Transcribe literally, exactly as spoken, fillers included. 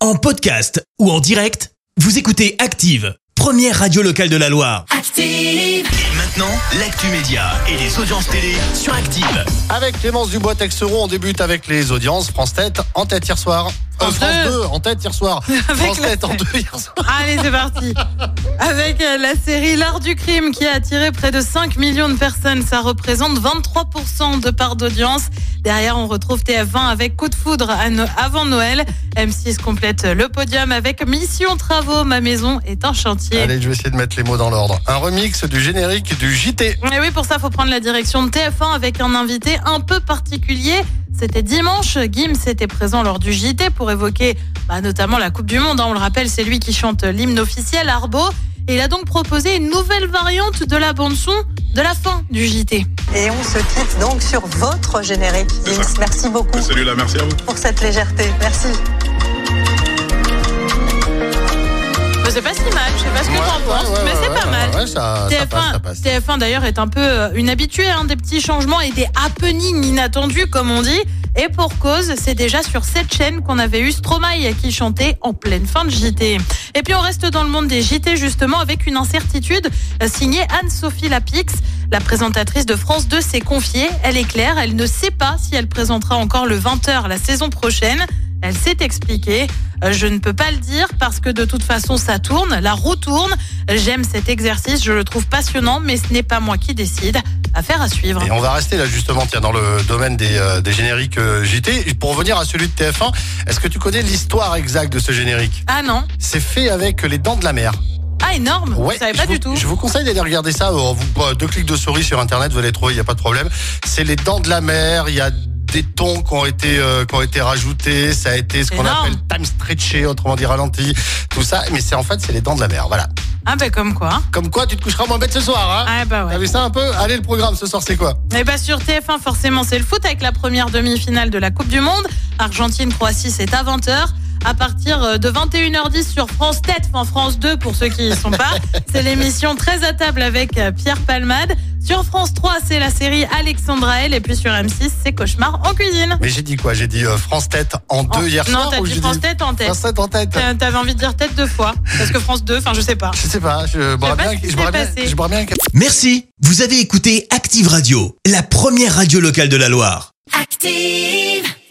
En podcast ou en direct, vous écoutez Active, première radio locale de la Loire. Active! Et maintenant, l'actu média et les audiences télé sur Active. Avec Clémence Dubois-Texeron, on débute avec les audiences. France tête en tête hier soir. Euh, France deux en tête hier soir. France tête en deux hier soir. Allez, c'est parti. Avec la série L'Art du crime qui a attiré près de cinq millions de personnes, ça représente vingt-trois pour cent de part d'audience. Derrière, on retrouve T F un avec Coup de foudre avant Noël. M six complète le podium avec Mission Travaux, ma maison est un chantier. Allez, je vais essayer de mettre les mots dans l'ordre. Un remix du générique du J T. Et oui, pour ça, il faut prendre la direction de T F un avec un invité un peu particulier. C'était dimanche, Gims était présent lors du J T pour évoquer bah, notamment la Coupe du Monde. On le rappelle, c'est lui qui chante l'hymne officiel, Arbo. Et il a donc proposé une nouvelle variante de la bande-son de la fin du J T. Et on se quitte donc sur votre générique, Gims. Merci beaucoup. Salut là, merci à vous. Pour cette légèreté. Merci. C'est pas si mal, je sais pas ce que Ouais, t'en penses, ouais, ouais, mais c'est ouais, pas mal. ouais, ça, T F un, ça passe, ça passe. T F un d'ailleurs est un peu euh, une habituée hein, des petits changements et des happenings inattendus comme on dit. Et pour cause, c'est déjà sur cette chaîne qu'on avait eu Stromae qui chantait en pleine fin de J T. Et puis on reste dans le monde des J T justement avec une incertitude euh, signée Anne-Sophie Lapix. La présentatrice de France deux s'est confiée, elle est claire, elle ne sait pas si elle présentera encore le vingt heures la saison prochaine. Elle s'est expliquée. Je ne peux pas le dire parce que de toute façon ça tourne, la roue tourne. J'aime cet exercice, je le trouve passionnant, mais ce n'est pas moi qui décide. Affaire à suivre. Et on va rester là justement tiens, dans le domaine des, euh, des génériques euh, J T. Pour revenir à celui de T F un, est-ce que tu connais l'histoire exacte de ce générique ? Ah non. C'est fait avec les dents de la mer. Ah énorme, Ouais, je savais pas je vous, du tout. Je vous conseille d'aller regarder ça. Alors, vous, deux clics de souris sur internet, vous allez trouver, il n'y a pas de problème. C'est les dents de la mer, il y a des tons qui ont été euh, qui ont été rajoutés, ça a été ce qu'on Énorme. appelle time stretché, autrement dit ralenti, tout ça, mais c'est en fait c'est les dents de la mer, voilà. Ah bah comme quoi. Comme quoi tu te coucheras moins bête ce soir, hein. Ah bah ouais. T'as vu ça un peu ? Allez, le programme ce soir c'est quoi ? Et bah sur T F un forcément c'est le foot avec la première demi-finale de la Coupe du Monde. Argentine-Croatie c'est à vingt heures. À partir de vingt et une heures dix sur France tête, enfin France deux pour ceux qui y sont pas. C'est l'émission Très à table avec Pierre Palmade. Sur France trois, c'est la série Alexandra L. Et puis sur M six, c'est Cauchemar en cuisine. Mais j'ai dit quoi ? J'ai dit euh, France tête en deux Oh, hier non, soir. t'as ou dit j'ai France tête en tête. France tête en tête. T'a- T'avais envie de dire tête deux fois. Parce que France deux, enfin je sais pas. Je sais pas, je boirais pas bien, ce qui je s'est boirais bien, passé. je boirais bien. Merci, vous avez écouté Active Radio, la première radio locale de la Loire. Active.